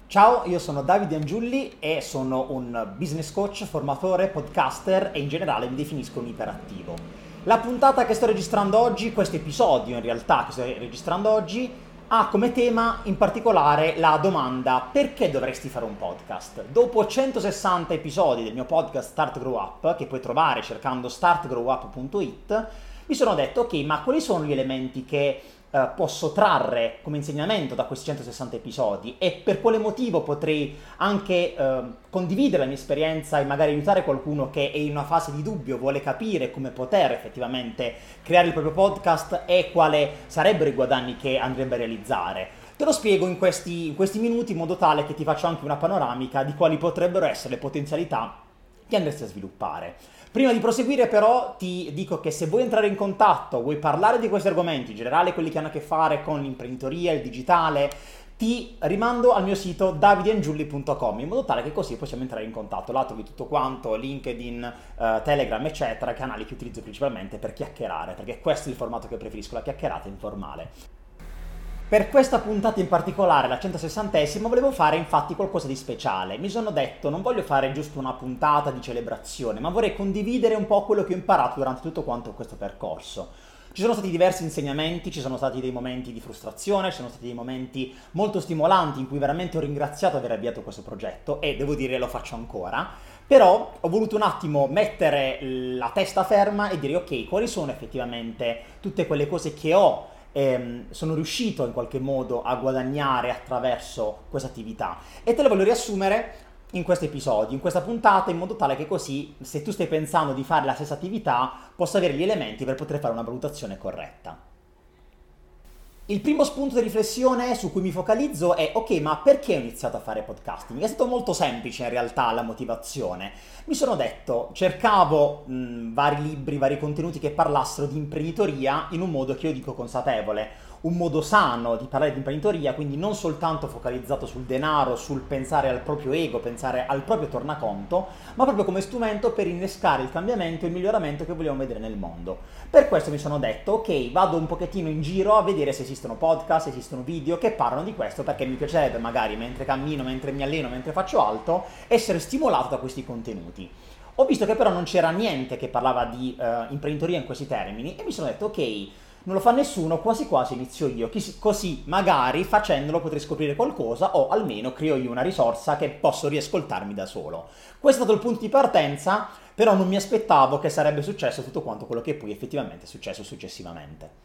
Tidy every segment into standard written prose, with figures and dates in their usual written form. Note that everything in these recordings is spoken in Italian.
Ciao, io sono Davide Angiulli e sono un business coach, formatore, podcaster e in generale mi definisco un iperattivo. La puntata che sto registrando oggi, questo episodio in realtà che sto registrando oggi, ha come tema in particolare la domanda: perché dovresti fare un podcast? Dopo 160 episodi del mio podcast Start Grow Up, che puoi trovare cercando startgrowup.it, mi sono detto ok, ma quali sono gli elementi che posso trarre come insegnamento da questi 160 episodi e per quale motivo potrei anche condividere la mia esperienza e magari aiutare qualcuno che è in una fase di dubbio, vuole capire come poter effettivamente creare il proprio podcast e quali sarebbero i guadagni che andrebbe a realizzare. Te lo spiego in questi minuti in modo tale che ti faccio anche una panoramica di quali potrebbero essere le potenzialità che andresti a sviluppare. Prima di proseguire però ti dico che se vuoi entrare in contatto, vuoi parlare di questi argomenti, in generale quelli che hanno a che fare con l'imprenditoria, il digitale, ti rimando al mio sito davideangiulli.com in modo tale che così possiamo entrare in contatto. Là trovi tutto quanto, LinkedIn, Telegram eccetera, canali che utilizzo principalmente per chiacchierare, perché questo è il formato che preferisco, la chiacchierata informale. Per questa puntata in particolare, la 160esima, volevo fare infatti qualcosa di speciale. Mi sono detto, non voglio fare giusto una puntata di celebrazione, ma vorrei condividere un po' quello che ho imparato durante tutto quanto questo percorso. Ci sono stati diversi insegnamenti, ci sono stati dei momenti di frustrazione, ci sono stati dei momenti molto stimolanti in cui veramente ho ringraziato di aver avviato questo progetto e devo dire lo faccio ancora. Però ho voluto un attimo mettere la testa ferma e dire ok, quali sono effettivamente tutte quelle cose che ho sono riuscito in qualche modo a guadagnare attraverso questa attività e te le voglio riassumere in questo episodio, in questa puntata, in modo tale che così, se tu stai pensando di fare la stessa attività, possa avere gli elementi per poter fare una valutazione corretta. Il primo spunto di riflessione su cui mi focalizzo è ok, ma perché ho iniziato a fare podcasting? È stato molto semplice in realtà la motivazione. Mi sono detto, cercavo vari libri, vari contenuti che parlassero di imprenditoria in un modo che io dico consapevole, un modo sano di parlare di imprenditoria, quindi non soltanto focalizzato sul denaro, sul pensare al proprio ego, pensare al proprio tornaconto, ma proprio come strumento per innescare il cambiamento e il miglioramento che vogliamo vedere nel mondo. Per questo mi sono detto, ok, vado un pochettino in giro a vedere se esistono podcast, se esistono video che parlano di questo, perché mi piacerebbe magari mentre cammino, mentre mi alleno, mentre faccio altro, essere stimolato da questi contenuti. Ho visto che però non c'era niente che parlava di imprenditoria in questi termini e mi sono detto, ok, non lo fa nessuno, quasi quasi inizio io, così magari facendolo potrei scoprire qualcosa o almeno creo io una risorsa che posso riascoltarmi da solo. Questo è stato il punto di partenza, però non mi aspettavo che sarebbe successo tutto quanto quello che poi effettivamente è successo successivamente.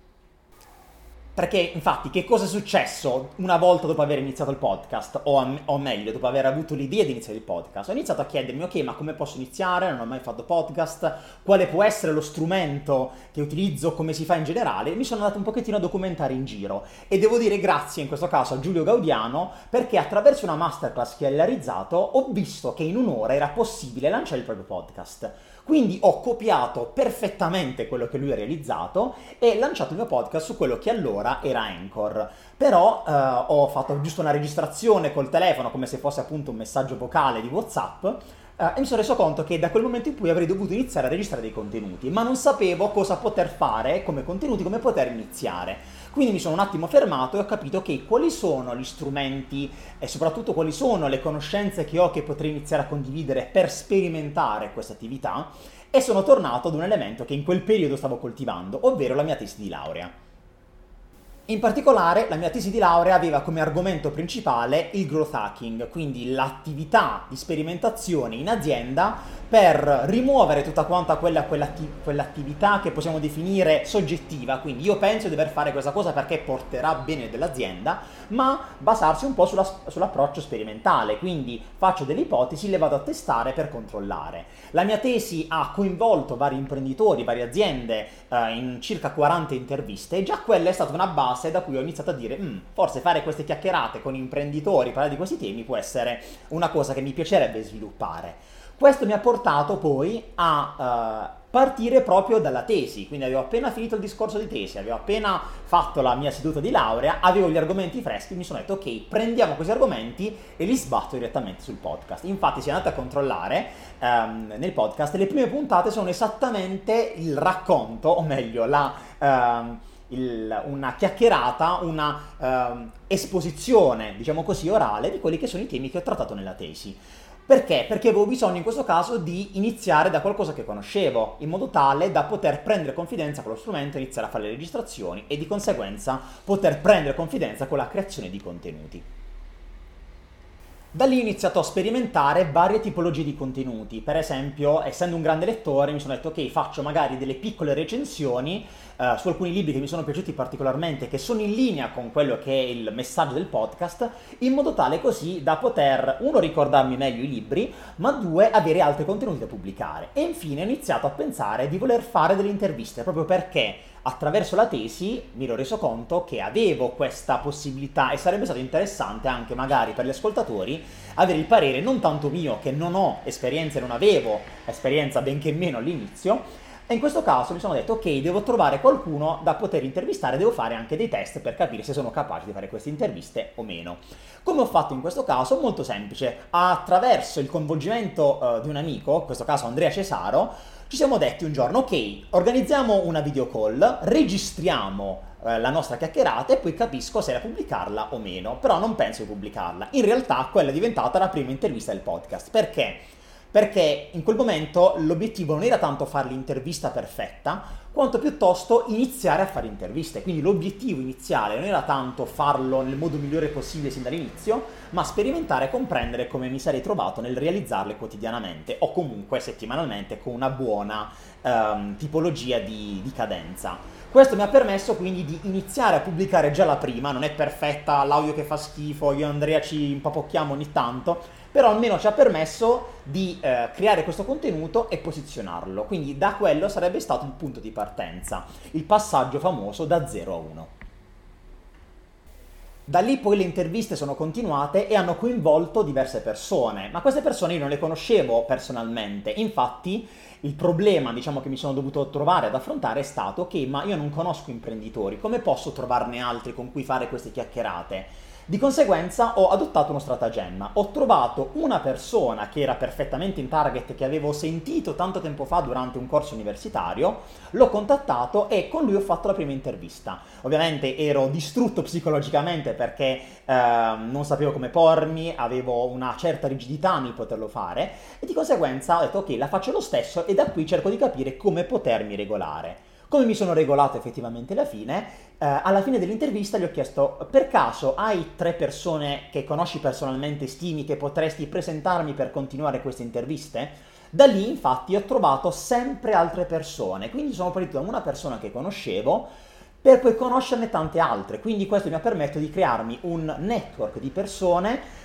Perché infatti che cosa è successo una volta dopo aver iniziato il podcast, o meglio, dopo aver avuto l'idea di iniziare il podcast? Ho iniziato a chiedermi, ok, ma come posso iniziare? Non ho mai fatto podcast, quale può essere lo strumento che utilizzo, come si fa in generale? Mi sono andato un pochettino a documentare in giro e devo dire grazie in questo caso a Giulio Gaudiano, perché attraverso una masterclass che ha realizzato ho visto che in un'ora era possibile lanciare il proprio podcast. Quindi ho copiato perfettamente quello che lui ha realizzato e lanciato il mio podcast su quello che allora era Anchor. Però ho fatto giusto una registrazione col telefono come se fosse appunto un messaggio vocale di WhatsApp e mi sono reso conto che da quel momento in cui avrei dovuto iniziare a registrare dei contenuti, ma non sapevo cosa poter fare come contenuti, come poter iniziare. Quindi mi sono un attimo fermato e ho capito che quali sono gli strumenti e soprattutto quali sono le conoscenze che ho che potrei iniziare a condividere per sperimentare questa attività e sono tornato ad un elemento che in quel periodo stavo coltivando, ovvero la mia tesi di laurea. In particolare la mia tesi di laurea aveva come argomento principale il growth hacking, quindi l'attività di sperimentazione in azienda per rimuovere tutta quanta quell'attività che possiamo definire soggettiva, quindi io penso di dover fare questa cosa perché porterà bene dell'azienda, ma basarsi un po' sull'approccio sperimentale, quindi faccio delle ipotesi, le vado a testare per controllare. La mia tesi ha coinvolto vari imprenditori, varie aziende in circa 40 interviste e già quella è stata una base da cui ho iniziato a dire forse fare queste chiacchierate con imprenditori, parlare di questi temi può essere una cosa che mi piacerebbe sviluppare. Questo mi ha portato poi a partire proprio dalla tesi, quindi avevo appena finito il discorso di tesi, avevo appena fatto la mia seduta di laurea, avevo gli argomenti freschi, mi sono detto ok, prendiamo questi argomenti e li sbatto direttamente sul podcast. Infatti se andate a controllare nel podcast le prime puntate sono esattamente il racconto, o meglio una chiacchierata, una esposizione, diciamo così, orale di quelli che sono i temi che ho trattato nella tesi. Perché? Perché avevo bisogno in questo caso di iniziare da qualcosa che conoscevo, in modo tale da poter prendere confidenza con lo strumento, iniziare a fare le registrazioni e di conseguenza poter prendere confidenza con la creazione di contenuti. Da lì ho iniziato a sperimentare varie tipologie di contenuti. Per esempio, essendo un grande lettore, mi sono detto ok, faccio magari delle piccole recensioni su alcuni libri che mi sono piaciuti particolarmente, che sono in linea con quello che è il messaggio del podcast, in modo tale così da poter, uno, ricordarmi meglio i libri, ma due, avere altri contenuti da pubblicare. E infine ho iniziato a pensare di voler fare delle interviste, proprio perché attraverso la tesi mi ero reso conto che avevo questa possibilità e sarebbe stato interessante anche magari per gli ascoltatori avere il parere non tanto mio, che non ho esperienza e non avevo esperienza benché meno all'inizio, e in questo caso mi sono detto ok, devo trovare qualcuno da poter intervistare, devo fare anche dei test per capire se sono capace di fare queste interviste o meno. Come ho fatto in questo caso? Molto semplice, attraverso il coinvolgimento di un amico, in questo caso Andrea Cesaro, ci siamo detti un giorno, ok, organizziamo una video call, registriamo la nostra chiacchierata e poi capisco se era pubblicarla o meno, però non penso di pubblicarla. In realtà quella è diventata la prima intervista del podcast. Perché? Perché in quel momento l'obiettivo non era tanto fare l'intervista perfetta, quanto piuttosto iniziare a fare interviste. Quindi l'obiettivo iniziale non era tanto farlo nel modo migliore possibile sin dall'inizio, ma sperimentare e comprendere come mi sarei trovato nel realizzarle quotidianamente o comunque settimanalmente con una buona tipologia di cadenza. Questo mi ha permesso quindi di iniziare a pubblicare già la prima, non è perfetta, l'audio che fa schifo, io e Andrea ci impapocchiamo ogni tanto, però almeno ci ha permesso di creare questo contenuto e posizionarlo, quindi da quello sarebbe stato il punto di partenza, il passaggio famoso da 0 a 1. Da lì poi le interviste sono continuate e hanno coinvolto diverse persone, ma queste persone io non le conoscevo personalmente, infatti il problema, diciamo, che mi sono dovuto trovare ad affrontare è stato ok, ma io non conosco imprenditori, come posso trovarne altri con cui fare queste chiacchierate? Di conseguenza ho adottato uno stratagemma, ho trovato una persona che era perfettamente in target, che avevo sentito tanto tempo fa durante un corso universitario, l'ho contattato e con lui ho fatto la prima intervista. Ovviamente ero distrutto psicologicamente perché non sapevo come pormi, avevo una certa rigidità nel poterlo fare e di conseguenza ho detto ok, la faccio lo stesso e da qui cerco di capire come potermi regolare. Come mi sono regolato effettivamente alla fine dell'intervista gli ho chiesto per caso hai 3 persone che conosci personalmente, stimi, che potresti presentarmi per continuare queste interviste? Da lì infatti ho trovato sempre altre persone, quindi sono partito da una persona che conoscevo per poi conoscerne tante altre, quindi questo mi ha permesso di crearmi un network di persone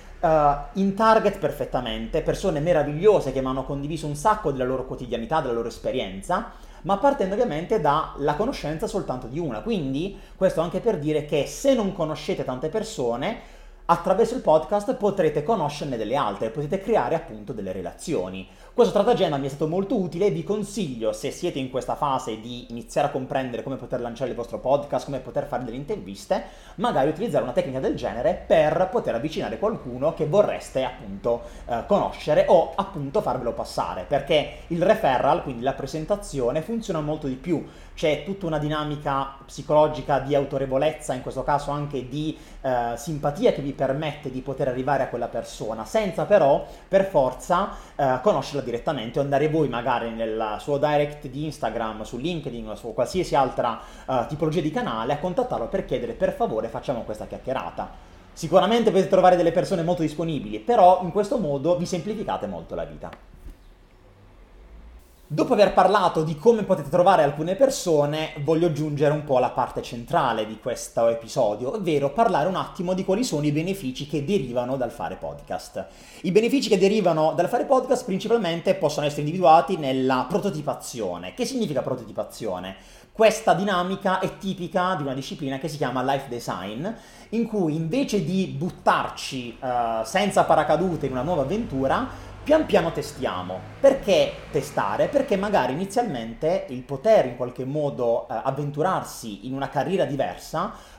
in target perfettamente, persone meravigliose che mi hanno condiviso un sacco della loro quotidianità, della loro esperienza, ma partendo ovviamente dalla conoscenza soltanto di una. Quindi questo anche per dire che se non conoscete tante persone, attraverso il podcast potrete conoscerne delle altre, potete creare appunto delle relazioni. Questo stratagemma mi è stato molto utile e vi consiglio, se siete in questa fase di iniziare a comprendere come poter lanciare il vostro podcast, come poter fare delle interviste, magari utilizzare una tecnica del genere per poter avvicinare qualcuno che vorreste appunto conoscere o appunto farvelo passare, perché il referral, quindi la presentazione, funziona molto di più. C'è tutta una dinamica psicologica di autorevolezza, in questo caso anche di simpatia, che vi permette di poter arrivare a quella persona, senza però per forza conoscerla direttamente o andare voi magari nel suo direct di Instagram, su LinkedIn o su qualsiasi altra tipologia di canale a contattarlo per chiedere per favore facciamo questa chiacchierata. Sicuramente potete trovare delle persone molto disponibili, però in questo modo vi semplificate molto la vita. Dopo aver parlato di come potete trovare alcune persone, voglio giungere un po' alla parte centrale di questo episodio, ovvero parlare un attimo di quali sono i benefici che derivano dal fare podcast. I benefici che derivano dal fare podcast principalmente possono essere individuati nella prototipazione. Che significa prototipazione? Questa dinamica è tipica di una disciplina che si chiama life design, in cui invece di buttarci senza paracadute in una nuova avventura, pian piano testiamo. Perché testare? Perché magari inizialmente il poter in qualche modo avventurarsi in una carriera diversa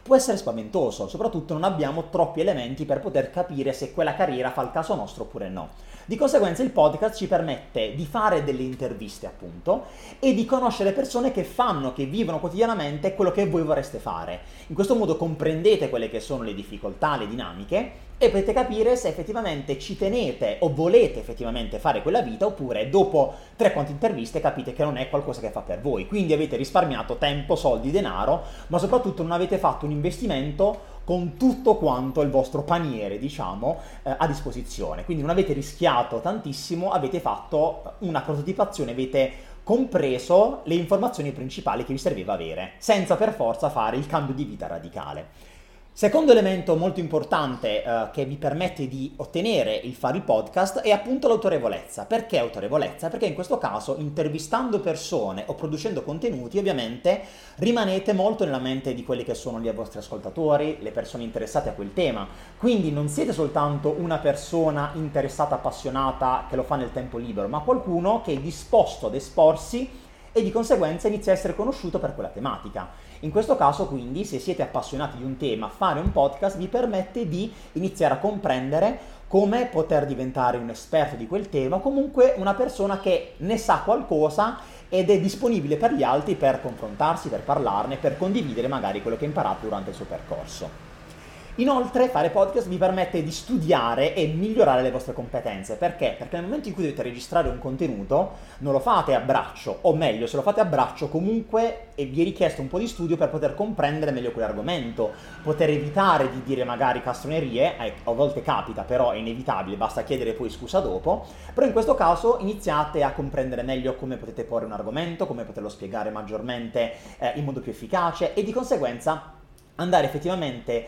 può essere spaventoso, soprattutto non abbiamo troppi elementi per poter capire se quella carriera fa il caso nostro oppure no. Di conseguenza il podcast ci permette di fare delle interviste appunto e di conoscere persone che fanno, che vivono quotidianamente quello che voi vorreste fare. In questo modo comprendete quelle che sono le difficoltà, le dinamiche e potete capire se effettivamente ci tenete o volete effettivamente fare quella vita oppure dopo 3-4 interviste capite che non è qualcosa che fa per voi. Quindi avete risparmiato tempo, soldi, denaro, ma soprattutto non avete fatto un investimento con tutto quanto il vostro paniere, diciamo, a disposizione. Quindi non avete rischiato tantissimo, avete fatto una prototipazione, avete compreso le informazioni principali che vi serviva avere, senza per forza fare il cambio di vita radicale. Secondo elemento molto importante che vi permette di ottenere il fare il podcast è appunto l'autorevolezza. Perché autorevolezza? Perché in questo caso intervistando persone o producendo contenuti ovviamente rimanete molto nella mente di quelli che sono gli vostri ascoltatori, le persone interessate a quel tema. Quindi non siete soltanto una persona interessata, appassionata che lo fa nel tempo libero, ma qualcuno che è disposto ad esporsi e di conseguenza inizia a essere conosciuto per quella tematica. In questo caso quindi, se siete appassionati di un tema, fare un podcast vi permette di iniziare a comprendere come poter diventare un esperto di quel tema, o comunque una persona che ne sa qualcosa ed è disponibile per gli altri per confrontarsi, per parlarne, per condividere magari quello che ha imparato durante il suo percorso. Inoltre fare podcast vi permette di studiare e migliorare le vostre competenze. Perché? Perché nel momento in cui dovete registrare un contenuto non lo fate a braccio, o meglio, se lo fate a braccio comunque vi è richiesto un po' di studio per poter comprendere meglio quell'argomento, poter evitare di dire magari castronerie, a volte capita però è inevitabile, basta chiedere poi scusa dopo, però in questo caso iniziate a comprendere meglio come potete porre un argomento, come poterlo spiegare maggiormente in modo più efficace e di conseguenza andare effettivamente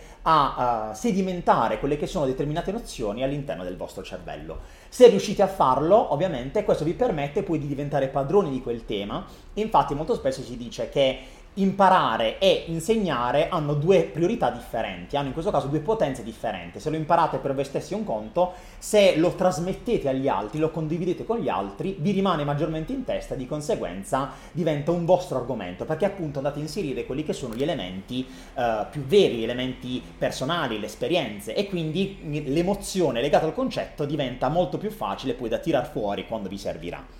a sedimentare quelle che sono determinate nozioni all'interno del vostro cervello. Se riuscite a farlo, ovviamente, questo vi permette poi di diventare padroni di quel tema. Infatti molto spesso si dice che imparare e insegnare hanno due priorità differenti, hanno in questo caso due potenze differenti. Se lo imparate per voi stessi è un conto, se lo trasmettete agli altri, lo condividete con gli altri, vi rimane maggiormente in testa e di conseguenza diventa un vostro argomento, perché appunto andate a inserire quelli che sono gli elementi più veri, gli elementi personali, le esperienze e quindi l'emozione legata al concetto diventa molto più facile poi da tirar fuori quando vi servirà.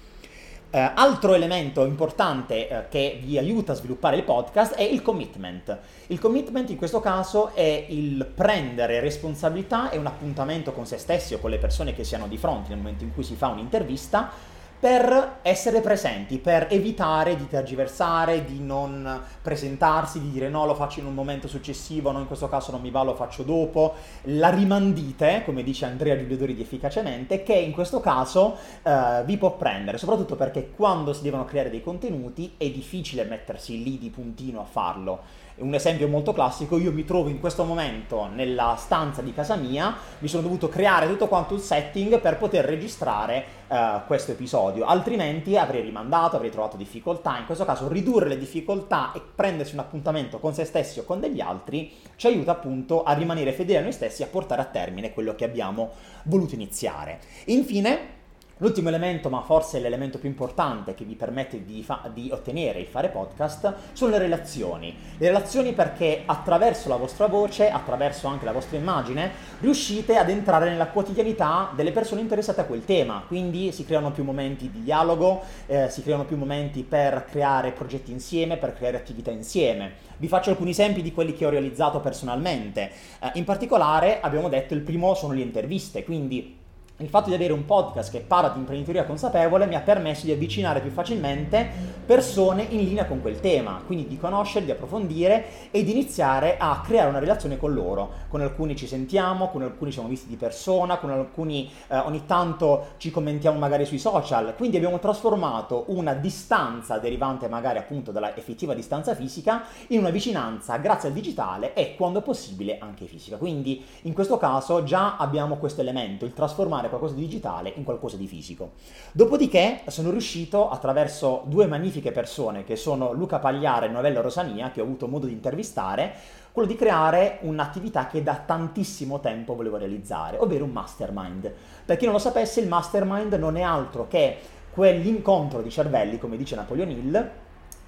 Altro elemento importante che vi aiuta a sviluppare il podcast è il commitment. Il commitment in questo caso è il prendere responsabilità e un appuntamento con se stessi o con le persone che si hanno di fronte nel momento in cui si fa un'intervista per essere presenti, per evitare di tergiversare, di non presentarsi, di dire no, lo faccio in un momento successivo, no, in questo caso non mi va, lo faccio dopo, la rimandite, come dice Andrea Giulio Doridi efficacemente, che in questo caso vi può prendere, soprattutto perché quando si devono creare dei contenuti è difficile mettersi lì di puntino a farlo. Un esempio molto classico, io mi trovo in questo momento nella stanza di casa mia, mi sono dovuto creare tutto quanto il setting per poter registrare questo episodio, altrimenti avrei rimandato, avrei trovato difficoltà. In questo caso ridurre le difficoltà e prendersi un appuntamento con se stessi o con degli altri ci aiuta appunto a rimanere fedeli a noi stessi e a portare a termine quello che abbiamo voluto iniziare. Infine, l'ultimo elemento, ma forse l'elemento più importante che vi permette di ottenere il fare podcast, sono le relazioni. Le relazioni perché attraverso la vostra voce, attraverso anche la vostra immagine, riuscite ad entrare nella quotidianità delle persone interessate a quel tema. Quindi si creano più momenti di dialogo, si creano più momenti per creare progetti insieme, per creare attività insieme. Vi faccio alcuni esempi di quelli che ho realizzato personalmente. In particolare, abbiamo detto, il primo sono le interviste, quindi il fatto di avere un podcast che parla di imprenditoria consapevole mi ha permesso di avvicinare più facilmente persone in linea con quel tema, quindi di conoscere, di approfondire e di iniziare a creare una relazione con loro. Con alcuni ci sentiamo, con alcuni ci siamo visti di persona, con alcuni ogni tanto ci commentiamo magari sui social, quindi abbiamo trasformato una distanza derivante magari appunto dalla effettiva distanza fisica in una vicinanza grazie al digitale e quando possibile anche fisica. Quindi in questo caso già abbiamo questo elemento, il trasformare qualcosa di digitale in qualcosa di fisico. Dopodiché sono riuscito, attraverso due magnifiche persone che sono Luca Pagliare e Novella Rosania, che ho avuto modo di intervistare, quello di creare un'attività che da tantissimo tempo volevo realizzare, ovvero un mastermind. Per chi non lo sapesse, il mastermind non è altro che quell'incontro di cervelli, come dice Napoleon Hill,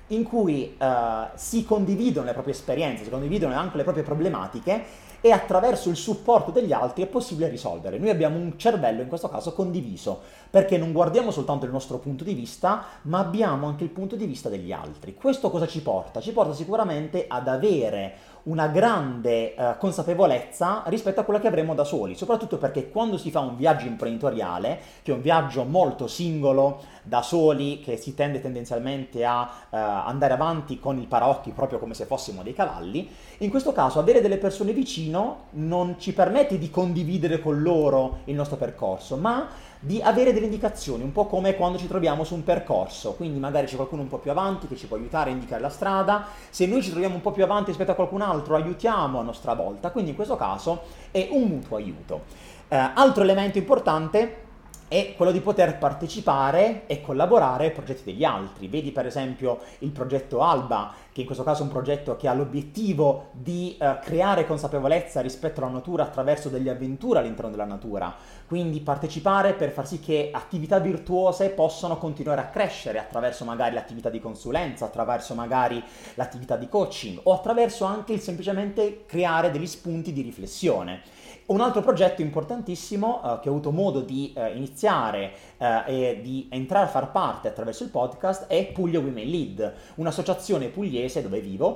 in cui si condividono le proprie esperienze, si condividono anche le proprie problematiche e attraverso il supporto degli altri è possibile risolvere. Noi abbiamo un cervello in questo caso condiviso, perché non guardiamo soltanto il nostro punto di vista, ma abbiamo anche il punto di vista degli altri. Questo cosa ci porta? Ci porta sicuramente ad avere una grande consapevolezza rispetto a quella che avremo da soli, soprattutto perché quando si fa un viaggio imprenditoriale, che è un viaggio molto singolo, da soli, che si tende tendenzialmente a andare avanti con il paraocchi proprio come se fossimo dei cavalli, in questo caso avere delle persone vicino non ci permette di condividere con loro il nostro percorso, ma di avere delle indicazioni, un po' come quando ci troviamo su un percorso, quindi magari c'è qualcuno un po' più avanti che ci può aiutare a indicare la strada, se noi ci troviamo un po' più avanti rispetto a qualcun altro aiutiamo a nostra volta, quindi in questo caso è un mutuo aiuto. Altro elemento importante è quello di poter partecipare e collaborare ai progetti degli altri. Vedi per esempio il progetto Alba, che in questo caso è un progetto che ha l'obiettivo di creare consapevolezza rispetto alla natura attraverso delle avventure all'interno della natura. Quindi partecipare per far sì che attività virtuose possano continuare a crescere attraverso magari l'attività di consulenza, attraverso magari l'attività di coaching o attraverso anche il semplicemente creare degli spunti di riflessione. Un altro progetto importantissimo che ho avuto modo di iniziare e di entrare a far parte attraverso il podcast è Puglia Women Lead, un'associazione pugliese dove vivo,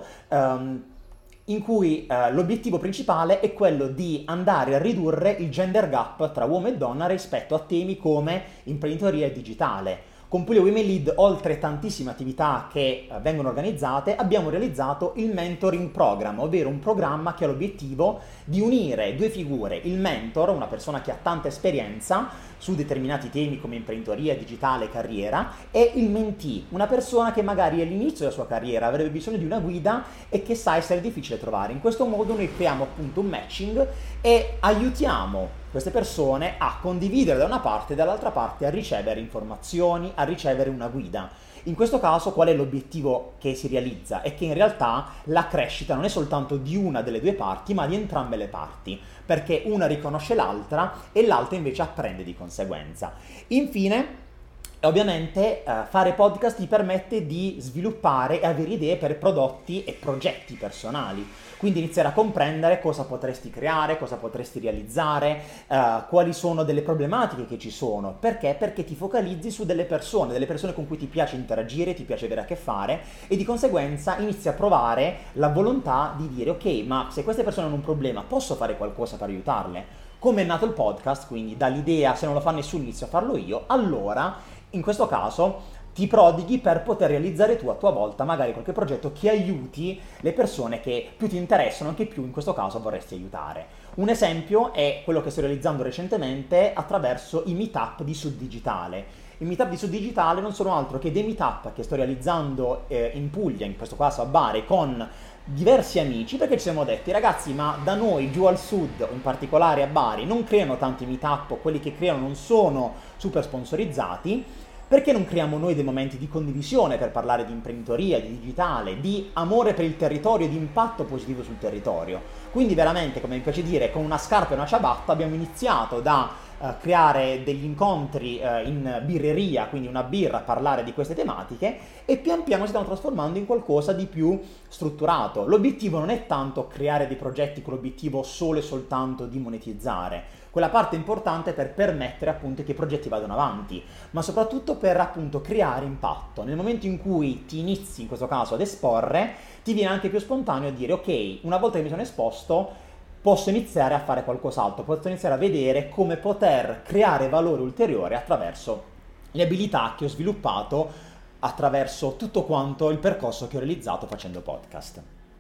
in cui l'obiettivo principale è quello di andare a ridurre il gender gap tra uomo e donna rispetto a temi come imprenditoria digitale. Con Puglia Women Lead, oltre tantissime attività che vengono organizzate, abbiamo realizzato il Mentoring Program, ovvero un programma che ha l'obiettivo di unire due figure, il mentor, una persona che ha tanta esperienza su determinati temi come imprenditoria, digitale, carriera, e il mentee, una persona che magari all'inizio della sua carriera avrebbe bisogno di una guida e che sa essere difficile trovare. In questo modo noi creiamo appunto un matching e aiutiamo queste persone a condividere da una parte e dall'altra parte a ricevere informazioni, a ricevere una guida. In questo caso qual è l'obiettivo che si realizza? È che in realtà la crescita non è soltanto di una delle due parti, ma di entrambe le parti, perché una riconosce l'altra e l'altra invece apprende di conseguenza. Infine, ovviamente fare podcast ti permette di sviluppare e avere idee per prodotti e progetti personali, quindi iniziare a comprendere cosa potresti creare, cosa potresti realizzare, quali sono delle problematiche che ci sono. Perché? Perché ti focalizzi su delle persone con cui ti piace interagire, ti piace avere a che fare e di conseguenza inizi a provare la volontà di dire ok, ma se queste persone hanno un problema posso fare qualcosa per aiutarle? Come è nato il podcast, quindi dall'idea se non lo fa nessuno inizio a farlo io, allora in questo caso ti prodighi per poter realizzare tu a tua volta magari qualche progetto che aiuti le persone che più ti interessano e che più in questo caso vorresti aiutare. Un esempio è quello che sto realizzando recentemente attraverso i meetup di Sud Digitale. I meetup di Sud Digitale non sono altro che dei meetup che sto realizzando in Puglia, in questo caso a Bari, con diversi amici, perché ci siamo detti ragazzi, ma da noi giù al sud, o in particolare a Bari, non creano tanti meetup, o quelli che creano non sono super sponsorizzati, perché non creiamo noi dei momenti di condivisione per parlare di imprenditoria, di digitale, di amore per il territorio, di impatto positivo sul territorio? Quindi veramente, come mi piace dire, con una scarpa e una ciabatta abbiamo iniziato da creare degli incontri in birreria, quindi una birra, a parlare di queste tematiche e pian piano si stanno trasformando in qualcosa di più strutturato. L'obiettivo non è tanto creare dei progetti con l'obiettivo solo e soltanto di monetizzare, quella parte importante per permettere appunto che i progetti vadano avanti, ma soprattutto per appunto creare impatto. Nel momento in cui ti inizi in questo caso ad esporre, ti viene anche più spontaneo dire ok, una volta che mi sono esposto posso iniziare a fare qualcos'altro, posso iniziare a vedere come poter creare valore ulteriore attraverso le abilità che ho sviluppato attraverso tutto quanto il percorso che ho realizzato facendo podcast.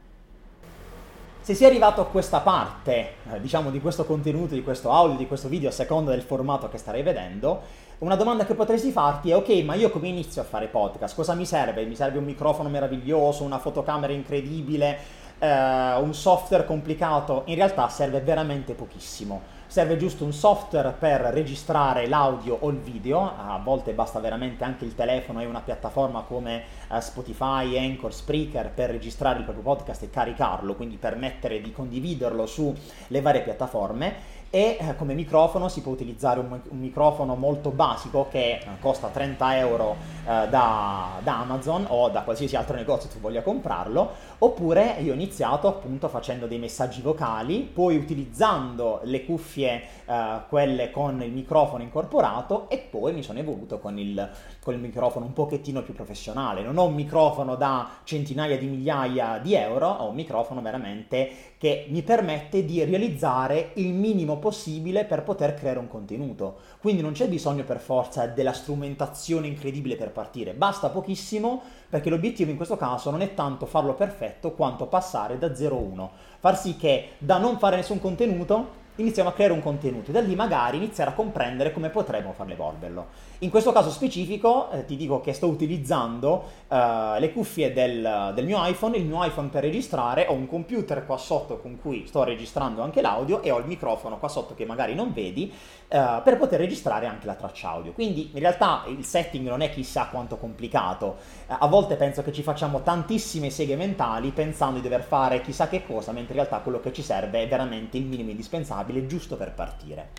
Se sei arrivato a questa parte, diciamo, di questo contenuto, di questo audio, di questo video, a seconda del formato che starei vedendo, una domanda che potresti farti è ok, ma io come inizio a fare podcast? Cosa mi serve? Mi serve un microfono meraviglioso, una fotocamera incredibile, un software complicato? In realtà serve veramente pochissimo. Serve giusto un software per registrare l'audio o il video, a volte basta veramente anche il telefono e una piattaforma come Spotify, Anchor, Spreaker per registrare il proprio podcast e caricarlo, quindi permettere di condividerlo sulle varie piattaforme. e come microfono si può utilizzare un microfono molto basico che costa 30 euro da Amazon o da qualsiasi altro negozio tu voglia comprarlo, oppure io ho iniziato appunto facendo dei messaggi vocali, poi utilizzando le cuffie quelle con il microfono incorporato, e poi mi sono evoluto con il microfono un pochettino più professionale. Non ho un microfono da centinaia di migliaia di euro, ho un microfono veramente che mi permette di realizzare il minimo possibile per poter creare un contenuto. Quindi non c'è bisogno per forza della strumentazione incredibile per partire, basta pochissimo, perché l'obiettivo in questo caso non è tanto farlo perfetto quanto passare da 0 a 1, far sì che da non fare nessun contenuto iniziamo a creare un contenuto e da lì magari iniziare a comprendere come potremmo farlo evolverlo. In questo caso specifico ti dico che sto utilizzando le cuffie del mio iPhone, il mio iPhone per registrare, ho un computer qua sotto con cui sto registrando anche l'audio e ho il microfono qua sotto che magari non vedi per poter registrare anche la traccia audio. Quindi in realtà il setting non è chissà quanto complicato, a volte penso che ci facciamo tantissime seghe mentali pensando di dover fare chissà che cosa, mentre in realtà quello che ci serve è veramente il minimo indispensabile giusto per partire.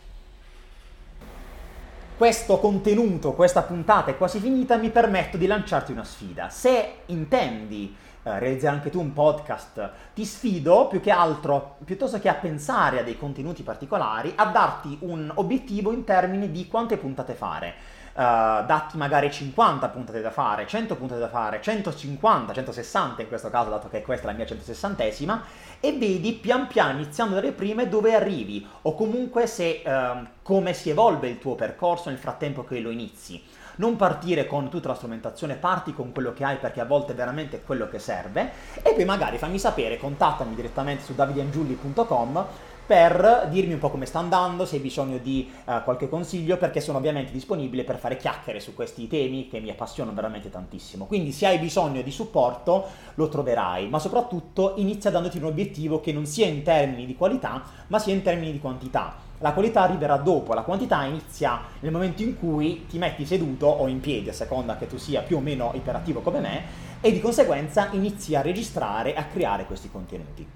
Questo contenuto, questa puntata è quasi finita, mi permetto di lanciarti una sfida. Se intendi realizzare anche tu un podcast, ti sfido più che altro, piuttosto che a pensare a dei contenuti particolari, a darti un obiettivo in termini di quante puntate fare. Datti magari 50 puntate da fare, 100 puntate da fare, 150, 160 in questo caso, dato che questa è la mia 160esima, e vedi pian piano, iniziando dalle prime, dove arrivi, o comunque se come si evolve il tuo percorso nel frattempo che lo inizi. Non partire con tutta la strumentazione, parti con quello che hai, perché a volte è veramente quello che serve, e poi magari fammi sapere, contattami direttamente su davidiangiulli.com per dirmi un po' come sta andando, se hai bisogno di qualche consiglio, perché sono ovviamente disponibile per fare chiacchiere su questi temi che mi appassionano veramente tantissimo. Quindi se hai bisogno di supporto lo troverai, ma soprattutto inizia dandoti un obiettivo che non sia in termini di qualità, ma sia in termini di quantità. La qualità arriverà dopo, la quantità inizia nel momento in cui ti metti seduto o in piedi, a seconda che tu sia più o meno iperattivo come me, e di conseguenza inizi a registrare e a creare questi contenuti.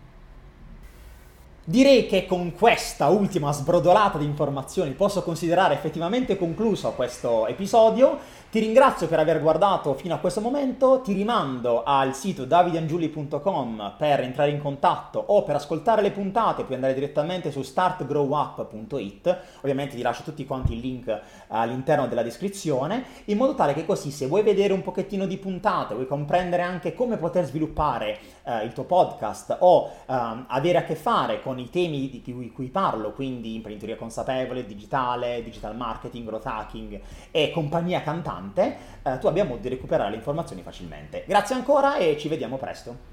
Direi che con questa ultima sbrodolata di informazioni posso considerare effettivamente concluso questo episodio. Ti ringrazio per aver guardato fino a questo momento, ti rimando al sito davidiangiulli.com per entrare in contatto o per ascoltare le puntate, puoi andare direttamente su startgrowup.it, ovviamente ti lascio tutti quanti i link all'interno della descrizione, in modo tale che così se vuoi vedere un pochettino di puntate, vuoi comprendere anche come poter sviluppare il tuo podcast o avere a che fare con i temi di cui parlo, quindi imprenditoria consapevole, digitale, digital marketing, growth hacking e compagnia cantante, tu abbia modo di recuperare le informazioni facilmente. Grazie ancora e ci vediamo presto.